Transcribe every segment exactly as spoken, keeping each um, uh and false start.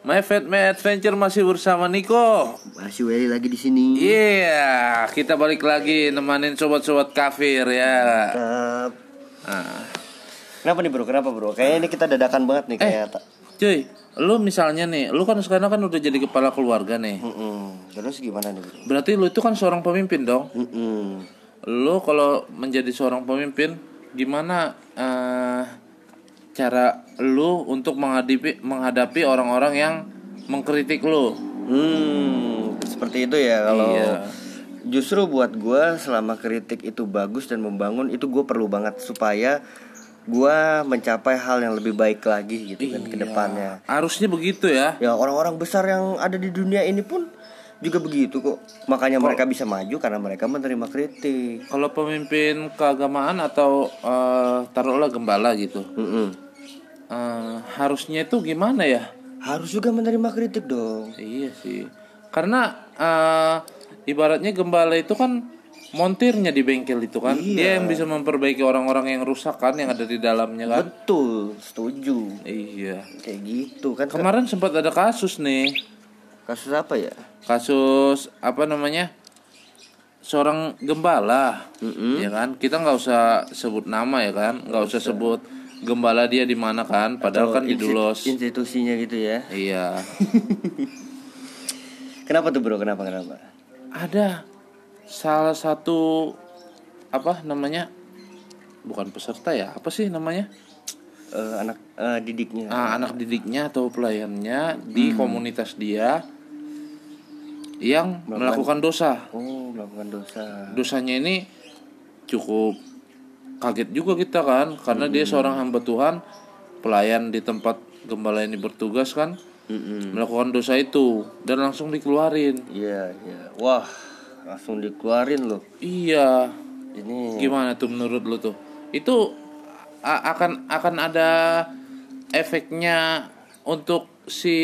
My Fat My Adventure masih bersama Niko. Masih Welly lagi di sini. Iya, yeah, kita balik lagi nemanin sobat-sobat kafir ya. Mantap. Nah. Kenapa nih bro? Kenapa bro? Kayaknya ini kita dadakan banget nih kayak. Eh, cuy, lu misalnya nih, lu kan sekarang kan udah jadi kepala keluarga nih. Mm-mm. Terus gimana nih bro? Berarti lu itu kan seorang pemimpin dong. Mm-mm. Lu kalau menjadi seorang pemimpin, gimana uh, cara lu untuk menghadapi menghadapi orang-orang yang mengkritik lu? Hmm, seperti itu ya kalau. Iya. Justru buat gue selama kritik itu bagus dan membangun, itu gue perlu banget supaya gue mencapai hal yang lebih baik lagi gitu kan iya, ke depannya. Harusnya begitu ya. Ya orang-orang besar yang ada di dunia ini pun juga begitu kok. Makanya kalo, mereka bisa maju karena mereka menerima kritik. Kalau pemimpin keagamaan atau uh, taruhlah gembala gitu. Uh, harusnya itu gimana ya? Harus juga menerima kritik dong. Iya sih. Karena uh, ibaratnya gembala itu kan montirnya di bengkel itu kan. Iya. Dia yang bisa memperbaiki orang-orang yang rusak kan, yang ada di dalamnya kan. Betul, setuju. Iya. Kayak gitu kan. Kemarin sempat ada kasus nih. Kasus apa ya? Kasus apa namanya? Seorang gembala, mm-hmm. ya kan? Kita nggak usah sebut nama ya kan? Nggak usah sebut gembala dia di mana kan? Padahal atau kan di Dulos. Institusinya gitu ya? Iya. Kenapa tuh bro? Kenapa kenapa? Ada salah satu apa namanya? Bukan peserta ya? Apa sih namanya? Uh, anak uh, didiknya. Ah, anak didiknya atau pelayannya di hmm. komunitas dia yang melakukan, melakukan dosa. Oh, melakukan dosa. Dosanya ini cukup kaget juga kita kan, karena mm-hmm. dia seorang hamba Tuhan, pelayan di tempat gembala ini bertugas kan, mm-hmm. melakukan dosa itu dan langsung dikeluarin. Iya, iya. Wah, langsung dikeluarin loh. Iya. Ini gimana tuh menurut lo tuh? Itu a- akan akan ada efeknya untuk si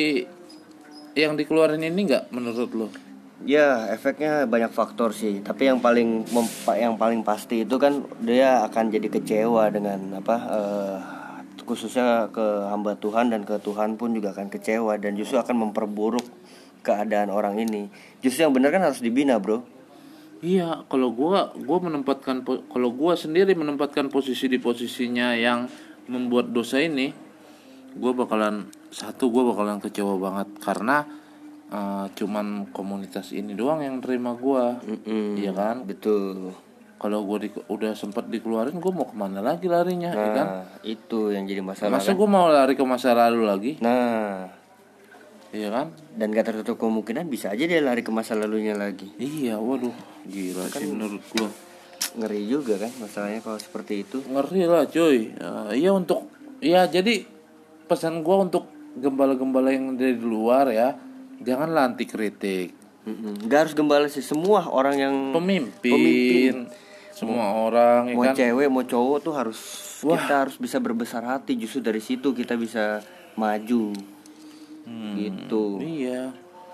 yang dikeluarin ini nggak menurut lo? Ya efeknya banyak faktor sih. Tapi yang paling mempa- yang paling pasti itu kan dia akan jadi kecewa dengan apa? Uh, khususnya ke hamba Tuhan dan ke Tuhan pun juga akan kecewa dan justru akan memperburuk keadaan orang ini. Justru yang benar kan harus dibina bro. Iya, kalau gua gua menempatkan kalau gua sendiri menempatkan posisi di posisinya yang membuat dosa ini, gua bakalan satu gua bakalan kecewa banget karena uh, cuman komunitas ini doang yang terima gua. Mm-mm, iya kan? Betul. Kalau gua di, udah sempat dikeluarin, gua mau kemana lagi larinya, nah, ya kan? Itu yang jadi masalah. Masa kan? gua mau lari ke masa lalu lagi? Nah, iya kan? Dan gak tertutup kemungkinan bisa aja dia lari ke masa lalunya lagi. Iya, waduh, gila kan sih menurut gua. Ngeri juga kan masalahnya kalau seperti itu. Ngeri lah cuy. Uh, iya untuk, ya jadi pesan gua untuk gembala-gembala yang dari luar ya, janganlah anti kritik. Mm-mm. Gak harus gembala sih, semua orang yang pemimpin, pemimpin. Semua mau, orang ya mau kan? cewek mau cowok tuh harus. Wah. Kita harus bisa berbesar hati, justru dari situ kita bisa maju. hmm, Gitu. Iya.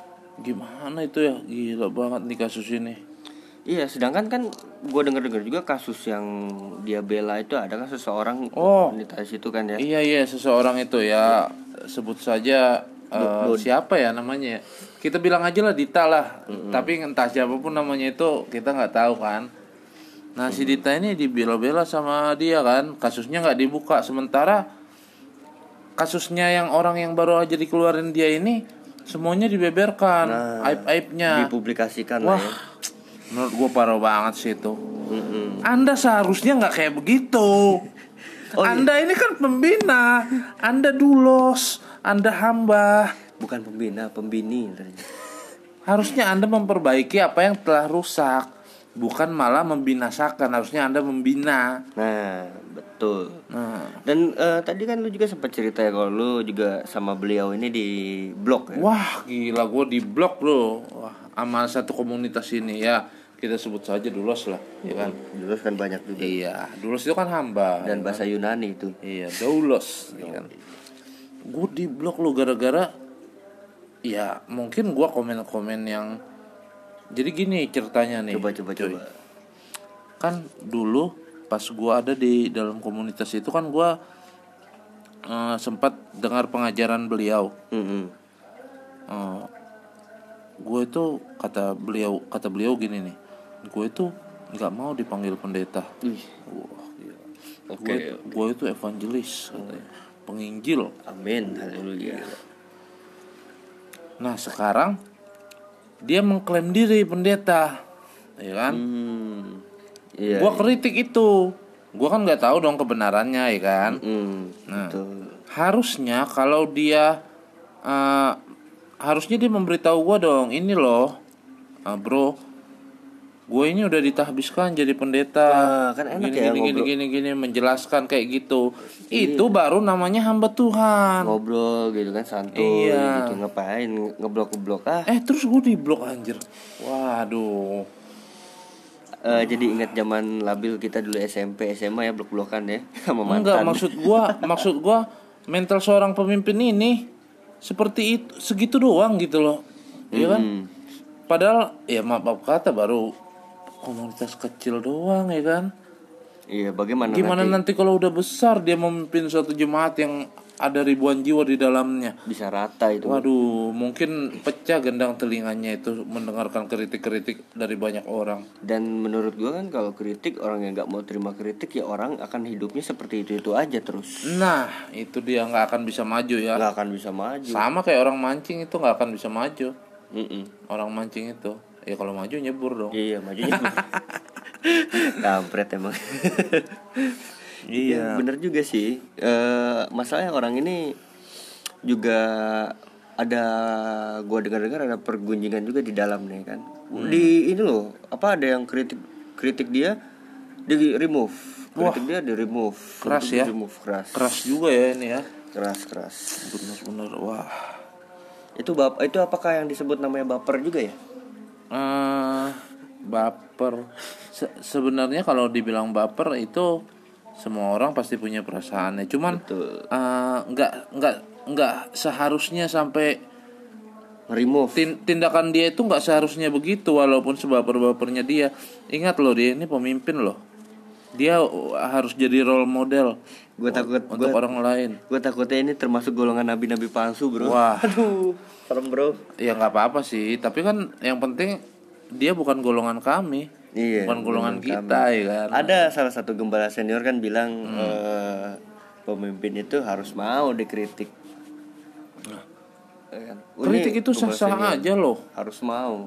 Gimana itu ya, gila banget nih kasus ini. Iya, sedangkan kan gue dengar-dengar juga kasus yang dia bela itu ada kan seseorang oh, komunitas itu kan ya. Iya iya seseorang itu ya, sebut saja uh, siapa ya namanya. Kita bilang aja lah Dita lah. Mm-hmm. Tapi entah siapapun namanya itu kita nggak tahu kan. Nah mm-hmm. si Dita ini dibela-bela sama dia kan, kasusnya nggak dibuka. Sementara kasusnya yang orang yang baru aja dikeluarin dia ini semuanya dibeberkan, nah, aib-aibnya dipublikasikan. Wah, lah ya. Menurut gue parah banget sih itu. Mm-mm. Anda seharusnya nggak kayak begitu. Oh, Anda iya. Ini kan pembina, Anda dulos, Anda hamba. Bukan pembina, pembini. Harusnya Anda memperbaiki apa yang telah rusak, bukan malah membinasakan. Harusnya Anda membina. Nah, betul. Nah. Dan uh, tadi kan lu juga sempat cerita ya kalau lu juga sama beliau ini di blog ya. Wah, gila gue di blog bro. Wah, sama satu komunitas ini ya. Kita sebut saja Dulos lah, ya kan? Dulos kan banyak juga. Iya, Dulos itu kan hamba. Dan bahasa kan? Yunani itu. Iya, Doulos, ya kan? Gue di blog lo gara-gara, ya mungkin gue komen-komen yang, jadi gini ceritanya nih. Coba coba coba. Kan dulu pas gue ada di dalam komunitas itu kan gue uh, sempat dengar pengajaran beliau. Mm-hmm. uh, gue itu kata beliau kata beliau gini nih, gue itu nggak mau dipanggil pendeta. Ih. Wah, gila. Oke. Gue, gue itu evangelis katanya, penginjil. Amin, haleluya. Nah sekarang dia mengklaim diri pendeta, ya kan? Hmm. Iya. Gue kritik itu, gue kan nggak tahu dong kebenarannya, ya kan? Hmm, Nah betul. harusnya kalau dia uh, harusnya dia memberitahu gue dong, ini loh, uh, bro, gue ini udah ditahbiskan jadi pendeta. Wah, kan enak gini, ya gini, ngobrol. gini gini gini menjelaskan kayak gitu. Iya. Itu baru namanya hamba Tuhan. Ngobrol gitu kan, santuy Iya. gitu, ngapain ngeblok-ngeblok ah. Eh terus gue diblok anjir. Waduh. Uh, jadi ingat zaman labil kita dulu S M P, S M A ya, blok-blokan ya sama mantan. Enggak, maksud gua, maksud gua mental seorang pemimpin ini seperti itu, segitu doang gitu loh. Iya kan? Hmm. Padahal ya maaf kata baru komunitas kecil doang, ya kan? Iya, bagaimana Gimana nanti, nanti kalau udah besar dia memimpin suatu jemaat yang ada ribuan jiwa di dalamnya? bisa rata itu. Waduh, mungkin pecah gendang telinganya itu mendengarkan kritik-kritik dari banyak orang. Dan menurut gua kan kalau kritik, orang yang nggak mau terima kritik ya orang akan hidupnya seperti itu itu aja terus. Nah, itu dia nggak akan bisa maju ya. Nggak akan bisa maju. Sama kayak orang mancing itu nggak akan bisa maju. Mm-mm. Orang mancing itu, ya kalau maju nyebur dong. Iya, majunya. Kampret emang. Iya. Ya, bener juga sih. E, masalahnya orang ini juga ada, gua dengar-dengar ada pergunjingan juga di dalam nih kan. Hmm. Di ini loh, apa ada yang kritik kritik dia di remove. Kritik Wah. dia di remove. Keras ya. Di remove keras. Keras juga ya ini ya. Keras keras. Benar-benar wah. Itu bap itu apakah yang disebut namanya baper juga ya? Uh, baper. Se- sebenarnya kalau dibilang baper itu semua orang pasti punya perasaannya. Cuman uh, nggak nggak nggak seharusnya sampai remove. Tin- tindakan dia itu nggak seharusnya begitu, walaupun sebaper-bapernya dia. Ingat loh, dia ini pemimpin loh. Dia harus jadi role model. Gue takut untuk gua, orang lain. Gue takutnya ini termasuk golongan nabi-nabi palsu, bro. Wah. Aduh, serem, bro. Ya nggak apa-apa sih, tapi kan yang penting dia bukan golongan kami. Iya, bukan golongan kita, ya kan. Ada salah satu gembala senior kan bilang hmm. eh, pemimpin itu harus mau dikritik. Nah, kan? Kritik itu sah-sah aja loh. Harus mau.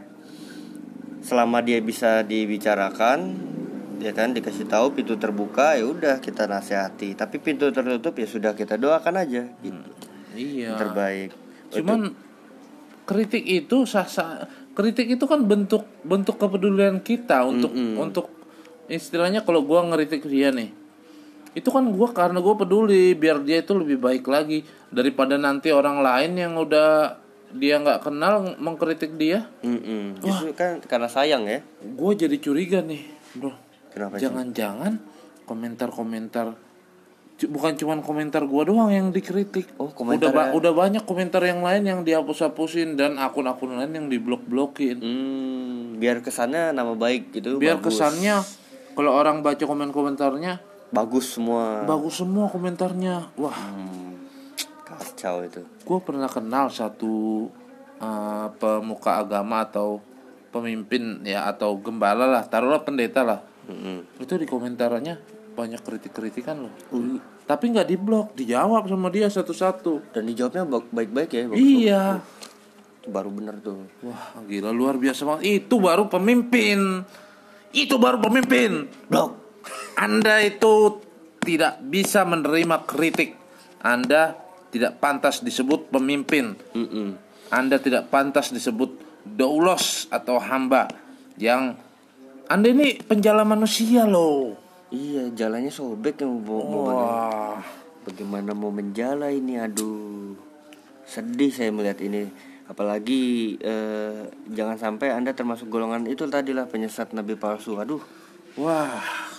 Selama dia bisa dibicarakan, ya kan, dikasih tahu, pintu terbuka, ya udah kita nasihati. Tapi pintu tertutup ya sudah kita doakan aja gitu. Hmm, iya. Terbaik. Cuman itu, kritik itu sah-sah. Kritik itu kan bentuk bentuk kepedulian kita untuk mm-hmm. untuk istilahnya kalau gua ngeritik dia nih. Itu kan gua karena gua peduli biar dia itu lebih baik lagi daripada nanti orang lain yang udah dia nggak kenal mengkritik dia. Mm-hmm. Justru kan karena sayang ya. Gua jadi curiga nih, bro. Kenapa Jangan-jangan sih? komentar-komentar bukan cuma komentar gua doang yang dikritik. Oh, komentar udah ba- udah banyak komentar yang lain yang dihapus-hapusin dan akun-akun lain yang diblok-blokin. Hmm, biar kesannya nama baik gitu. Biar bagus. kesannya kalau orang baca komen-komentarnya bagus semua. Bagus semua komentarnya. Wah, hmm, kacau itu. Gua pernah kenal satu uh, pemuka agama atau pemimpin ya atau gembala lah, taruhlah pendeta lah. Mm-hmm. Itu di komentarnya banyak kritik-kritikan loh. Uh. Tapi nggak diblok, dijawab sama dia satu-satu. Dan dijawabnya baik-baik ya. Iya. Itu baru bener tuh. Wah, gila luar biasa banget. Itu baru pemimpin. Itu baru pemimpin. Blok. Anda itu tidak bisa menerima kritik. Anda tidak pantas disebut pemimpin. Mm-mm. Anda tidak pantas disebut doulos atau hamba. Yang Anda ini penjala manusia loh. Iya, jalannya sobek yang mau, mau Wah. Bagaimana mau menjala ini, aduh. Sedih saya melihat ini. Apalagi eh, jangan sampai Anda termasuk golongan itu tadilah penyesat nabi palsu. Aduh. Wah.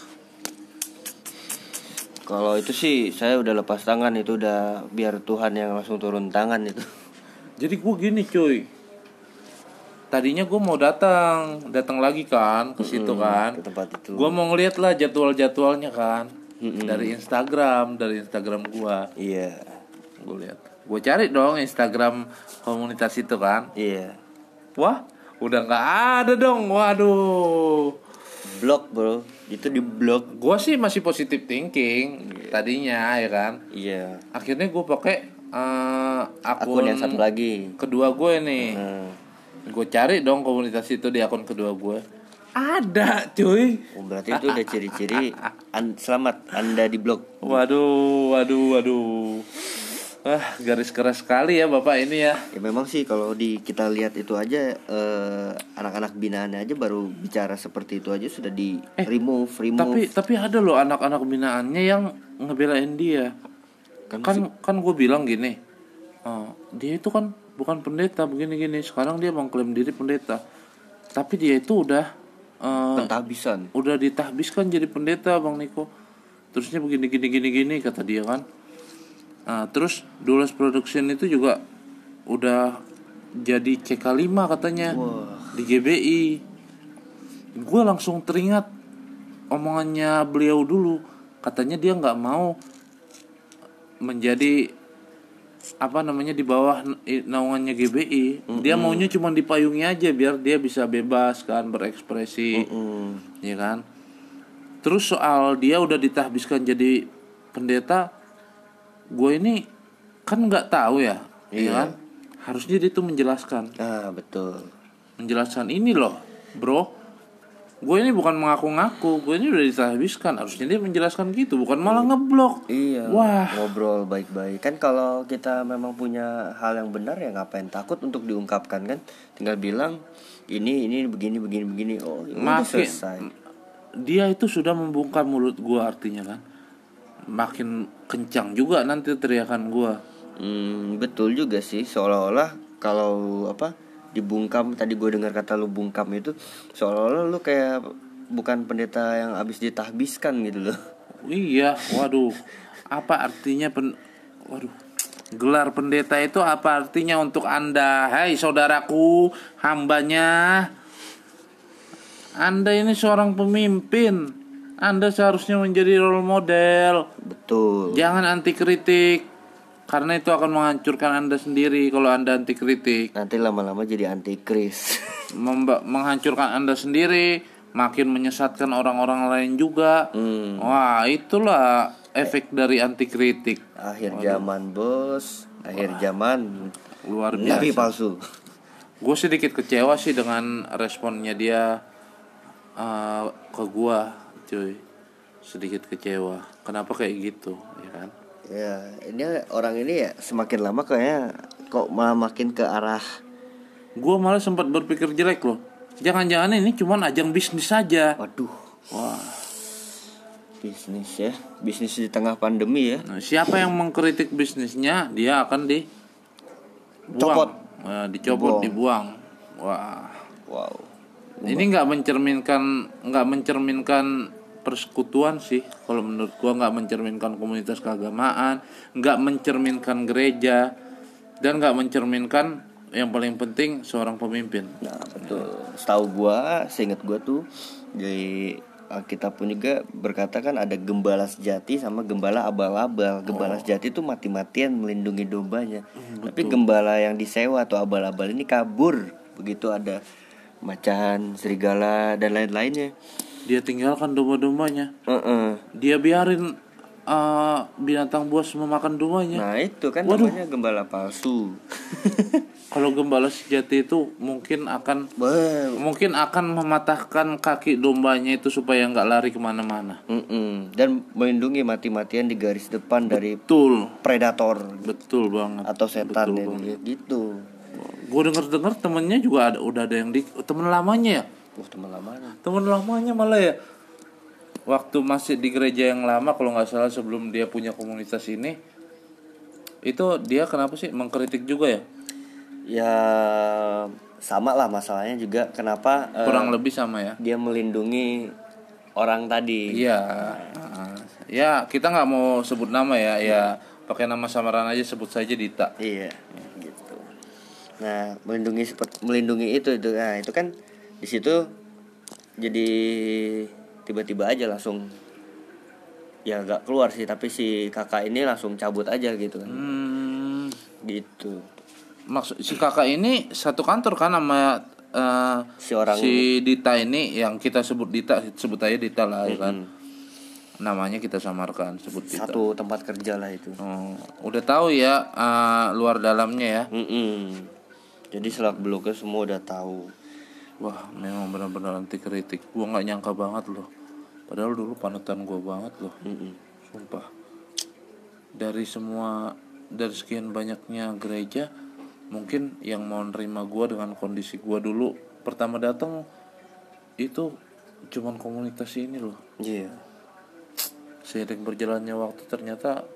Kalau itu sih saya udah lepas tangan, itu udah biar Tuhan yang langsung turun tangan itu. Jadi gue gini cuy. Tadinya gue mau datang, datang lagi kan ke situ hmm, kan. Ke tempat itu. Gue mau ngeliat lah jadwal-jadwalnya kan. Hmm. Dari Instagram, dari Instagram gue. Iya. Gue lihat. Gue cari dong Instagram komunitas itu kan. Iya. Wah, udah nggak ada dong. Waduh. Blok bro, itu di blok. Gue sih masih positive thinking Iya. tadinya ya kan. Iya. Akhirnya gue pakai uh, akun, Akun yang satu lagi. kedua gue nih. Hmm. Gue cari dong komunitas itu di akun kedua gue. Ada cuy. Oh, berarti itu udah ciri-ciri an- selamat Anda di blok. Waduh, waduh, waduh. Wah, garis keras sekali ya Bapak ini ya. Ya memang sih kalau di kita lihat itu aja eh, anak-anak binaannya aja baru bicara seperti itu aja sudah di Eh, remove, remove. Tapi tapi ada loh anak-anak binaannya yang ngebelain dia. Kan Kan kan gue bilang gini. "Oh, dia itu kan bukan pendeta begini-gini. Sekarang dia mengklaim diri pendeta. Tapi dia itu udah eh, pentahbisan. udah ditahbiskan jadi pendeta Bang Niko. Terusnya begini gini gini gini kata dia kan. Nah, terus Dulas Production itu juga udah jadi C K lima katanya. Wah. Di G B I. Gue langsung teringat omongannya beliau dulu. Katanya dia nggak mau menjadi apa namanya di bawah naungannya G B I. Mm-hmm. Dia maunya cuma dipayungi aja biar dia bisa bebas kan berekspresi. Mm-hmm. Ya kan. Terus soal dia udah ditahbiskan jadi pendeta, gue ini kan nggak tahu ya, iya kan? Harusnya dia tuh menjelaskan. Ah betul. Menjelaskan ini loh, bro. Gue ini bukan mengaku-ngaku, gue ini udah ditahbiskan. Harusnya dia menjelaskan gitu, bukan malah ngeblok. Iya. Wah. Ngobrol baik-baik. Kan kalau kita memang punya hal yang benar ya ngapain takut untuk diungkapkan kan? Tinggal bilang ini ini begini begini begini. Oh, udah selesai. Dia itu sudah membungkam mulut gue artinya kan. Makin kencang juga nanti teriakan gua. Hmm, betul juga sih. Seolah-olah kalau apa dibungkam, tadi gue dengar kata lu bungkam itu seolah-olah lu kayak bukan pendeta yang habis ditahbiskan gitu loh. Iya, waduh. Apa artinya pen waduh. Gelar pendeta itu apa artinya untuk Anda? Hai saudaraku, hambanya. Anda ini seorang pemimpin. Anda seharusnya menjadi role model. Betul. Jangan anti kritik. Karena itu akan menghancurkan Anda sendiri kalau Anda anti kritik. Nanti lama-lama jadi antikris. Memba- menghancurkan Anda sendiri, makin menyesatkan orang-orang lain juga. Hmm. Wah, itulah efek eh. dari anti kritik. Akhir Waduh. zaman, Bos. Akhir Wah. zaman. Luar biasa. Nabi palsu. Gue sedikit kecewa sih dengan responnya dia uh, ke gua. Cuy, sedikit kecewa. Kenapa kayak gitu, ya kan? Ya, ini orang ini ya semakin lama kayaknya kok malah makin ke arah. Gua malah sempat berpikir jelek loh. Jangan-jangan ini cuma ajang bisnis saja. Waduh, wah. Bisnis ya, bisnis di tengah pandemi ya. Nah, siapa yang mengkritik bisnisnya, dia akan di copot, nah, dicopot, dibuang. dibuang. Wah. Wow. Ini nggak mencerminkan nggak mencerminkan persekutuan sih kalau menurut gua, nggak mencerminkan komunitas keagamaan, nggak mencerminkan gereja, dan nggak mencerminkan yang paling penting seorang pemimpin. Nah betul. Setahu gua, seingat gua tuh di Alkitab pun juga berkata kan ada gembala sejati sama gembala abal-abal. Gembala oh. sejati itu mati-matian melindungi dombanya. Hmm, Tapi gembala yang disewa atau abal-abal ini kabur begitu ada macan, serigala dan lain-lainnya. Dia tinggalkan domba-dombanya. Uh-uh. Dia biarin uh, binatang buas memakan dombanya. Nah itu kan Waduh. namanya gembala palsu. Kalau gembala sejati itu mungkin akan well. mungkin akan mematahkan kaki dombanya itu supaya nggak lari kemana-mana. Mm-mm. Dan melindungi mati-matian di garis depan Betul. dari predator. Betul banget. Atau setan Betul yang banget. gitu. Gue denger-dengar temennya juga ada, udah ada yang di temen lamanya ya. Oh, temen lamanya. Temen lamanya malah ya. Waktu masih di gereja yang lama kalau nggak salah sebelum dia punya komunitas ini, itu dia kenapa sih mengkritik juga ya? Ya sama lah masalahnya juga kenapa kurang uh, lebih sama ya. Dia melindungi orang tadi. Iya. Nah, ya kita nggak mau sebut nama ya, ya pakai nama samaran aja, sebut saja Dita. Iya. Gitu. Nah melindungi melindungi itu itu nah itu kan di situ jadi tiba-tiba aja langsung ya gak keluar sih, tapi si kakak ini langsung cabut aja gitu kan. Hmm, Gitu. Maksud si kakak ini satu kantor kan sama uh, si orang si Dita ini yang kita sebut Dita, sebut aja Dita lah ya kan. Namanya kita samarkan sebut Dita. Satu tempat kerja lah itu. Oh, udah tahu ya uh, luar dalamnya ya. Mm-mm. Jadi selak beluknya semua udah tahu. Wah, memang benar-benar anti kritik. Gua nggak nyangka banget loh. Padahal dulu panutan gua banget loh. Mm-mm. Sumpah. Dari semua dari sekian banyaknya gereja, mungkin yang mau nerima gue dengan kondisi gue dulu pertama datang itu cuman komunitas ini loh. Iya. Yeah. Seiring berjalannya waktu ternyata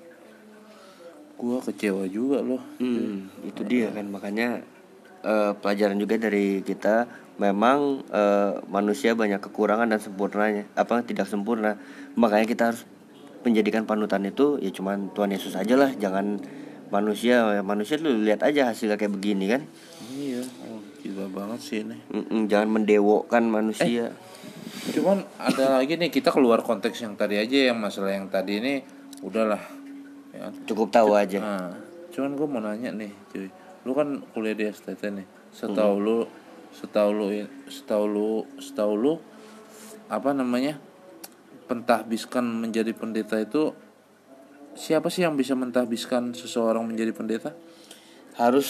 gue kecewa juga loh. Hmm, itu dia kan makanya uh, pelajaran juga dari kita memang uh, manusia banyak kekurangan dan sempurnanya apa tidak sempurna, makanya kita harus menjadikan panutan itu ya cuman Tuhan Yesus aja lah, jangan manusia. Manusia lu lihat aja hasilnya kayak begini kan. Iya, oh, gila banget sih ini. Mm-mm, jangan mendewokan manusia. Eh, cuman ada lagi nih, kita keluar konteks yang tadi aja, yang masalah yang tadi ini udahlah ya. Cukup tahu aja. Nah, cuman gue mau nanya nih cuy, lu kan kuliah di S T T nih, setahu hmm. lu setahu lu setahu lu setahu lu apa namanya, pentahbiskan menjadi pendeta itu siapa sih yang bisa mentahbiskan seseorang menjadi pendeta? Harus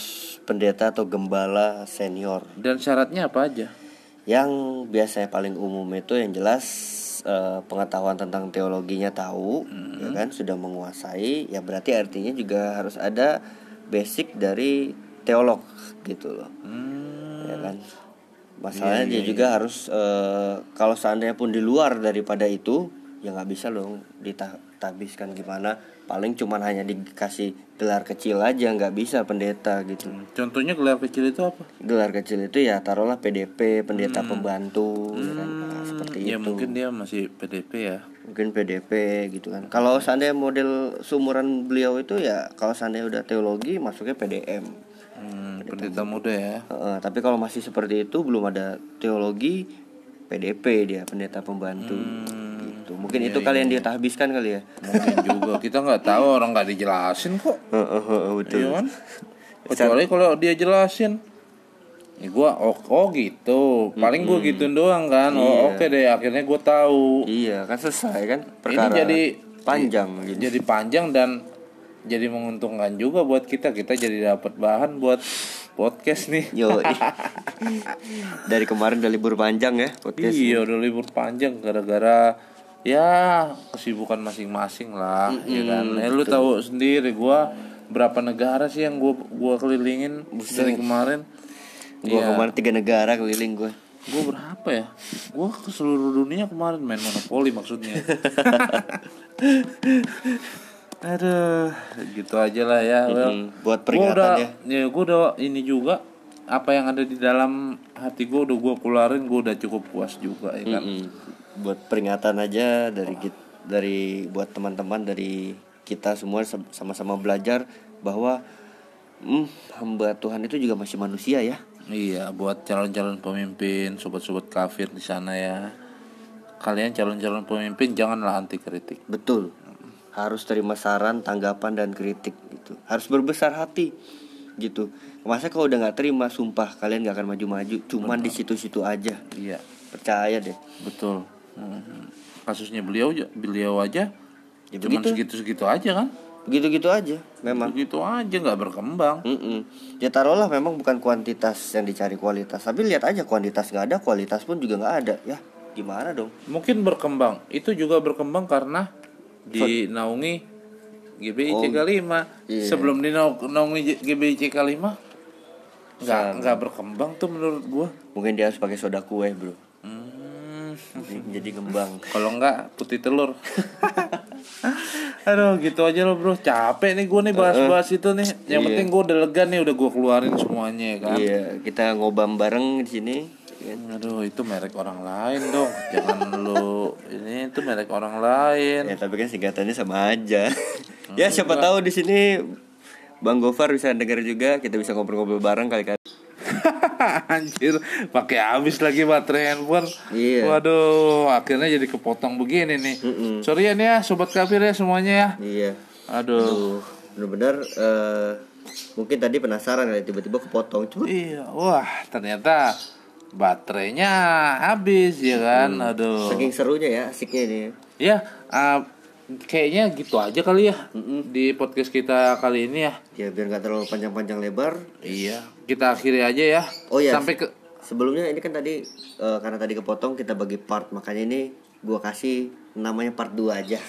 pendeta atau gembala senior. Dan syaratnya apa aja? Yang biasanya paling umum itu yang jelas eh, pengetahuan tentang teologinya tahu, hmm. ya kan, sudah menguasai. Ya berarti artinya juga harus ada basic dari teolog gitu loh, hmm. ya kan. Masalahnya yeah, dia yeah, juga yeah. harus eh, kalau seandainya pun di luar daripada itu, ya nggak bisa dong ditahbiskan gimana. Paling cuman hanya dikasih gelar kecil aja, nggak bisa pendeta gitu. hmm. Contohnya gelar kecil itu apa? Gelar kecil itu ya taruhlah P D P, pendeta hmm. pembantu, hmm. ya kan, nah, seperti ya, itu. Mungkin dia masih P D P ya. Mungkin P D P gitu kan. Kalau seandainya model seumuran beliau itu ya, kalau seandainya udah teologi masuknya P D M. Hmm, pendeta muda ya. Uh, tapi kalau masih seperti itu belum ada teologi, P D P dia, pendeta pembantu. Hmm. Mungkin iya, itu kali iya. yang ditahbiskan kali ya. Mungkin juga, kita nggak tahu, orang nggak dijelasin kok. Uh, uh, uh, betul. Iya kan? Kecuali kalau dia jelasin, ya gue oh, oh gitu, paling gue mm-hmm. gituin doang kan. Iya. Oh oke okay deh, akhirnya gue tahu. Iya kan, selesai kan perkara. Ini jadi panjang, jadi, jadi panjang dan jadi menguntungkan juga buat kita. Kita jadi dapat bahan buat podcast nih. Yo. Dari kemarin udah libur panjang ya podcast. Iya, udah libur panjang gara-gara ya kesibukan masing-masing lah, mm-hmm, ya kan. Eh lu tahu sendiri gua berapa negara sih yang gua gua kelilingin dari kemarin. Gua ya, kemarin tiga negara keliling gua. Gua berapa ya? Gua ke seluruh dunia kemarin main monopoli maksudnya. Aduh, gitu aja lah ya. Well, mm-hmm, buat peringatan ya. Ya gua udah ini juga, apa yang ada di dalam hati gua udah gua keluarin, gua udah cukup puas juga ya kan. Mm-hmm. Buat peringatan aja dari dari buat teman-teman, dari kita semua sama-sama belajar bahwa hmm, hamba Tuhan itu juga masih manusia ya. Iya, buat calon-calon pemimpin, sobat-sobat kafir di sana ya. Kalian calon-calon pemimpin janganlah anti kritik. Betul. Harus terima saran, tanggapan dan kritik gitu. Harus berbesar hati gitu. Masa kalau udah nggak terima, sumpah kalian nggak akan maju-maju. Cuman di situ-situ aja. Iya. Percaya deh. Betul. Hmm. Kasusnya beliau beliau aja ya cuma segitu-segitu aja kan, begitu-gitu aja memang begitu aja, nggak berkembang. Mm-mm. Ya taruhlah memang bukan kuantitas yang dicari, kualitas, tapi lihat aja kuantitas nggak ada, kualitas pun juga nggak ada, ya gimana dong. Mungkin berkembang itu juga berkembang karena dinaungi G B I C K lima. Iya. Sebelum dinaungi G B I C K lima nggak nggak berkembang tuh menurut gua. Mungkin dia harus pakai soda kue bro. Jadi kembang. Kalau enggak putih telur. Aduh, gitu aja loh bro. Capek nih gue nih bahas-bahas itu nih. Yang iya. penting gue udah lega nih, udah gue keluarin semuanya kan. Iya, kita ngobam bareng di sini. Aduh, itu merek orang lain dong. Jangan lu ini itu merek orang lain. Ya tapi kan singkatannya sama aja. Ya siapa tahu di sini Bang Gofar bisa denger juga, kita bisa ngobrol-ngobrol bareng kali-kali. Anjir, pakai habis lagi baterai handphone. Iya. Waduh, akhirnya jadi kepotong begini nih. Mm-mm. Sorry ya nih ya sobat kafir ya semuanya ya. Iya. Aduh. Aduh. benar-benar uh, mungkin tadi penasaran kali tiba-tiba kepotong cut. Iya, wah ternyata baterainya habis ya kan. Hmm. Aduh. Saking serunya ya, asiknya ini. Ya, uh, kayaknya gitu aja kali ya. Mm-mm. Di podcast kita kali ini ya. Ya biar nggak terlalu panjang-panjang lebar. Iya, kita akhiri aja ya. Oh ya. Sampai ke sebelumnya ini kan tadi uh, karena tadi kepotong kita bagi part, makanya ini gua kasih namanya part dua aja.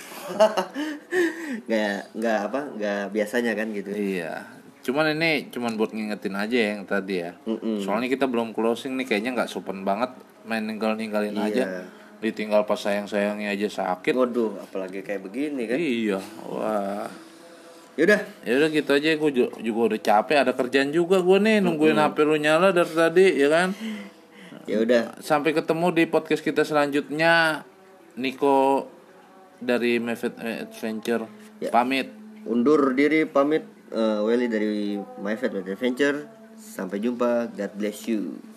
Nggak nggak apa nggak biasanya kan gitu. Iya. Cuman ini cuman buat ngingetin aja yang tadi ya. Mm-mm. Soalnya kita belum closing nih, kayaknya nggak sopan banget main ninggal-ninggalin iya. aja. Ditinggal pas sayang-sayangnya aja sakit. Waduh, apalagi kayak begini kan. Iya. Wah. Yaudah. Yaudah gitu aja, gue juga udah capek, ada kerjaan juga gue nih nungguin mm-hmm. H P lu nyala dari tadi ya kan. Ya udah. Sampai ketemu di podcast kita selanjutnya. Niko dari Myfed Adventure ya. Pamit. Undur diri pamit. Uh, Welly dari Myfed Adventure. Sampai jumpa. God bless you.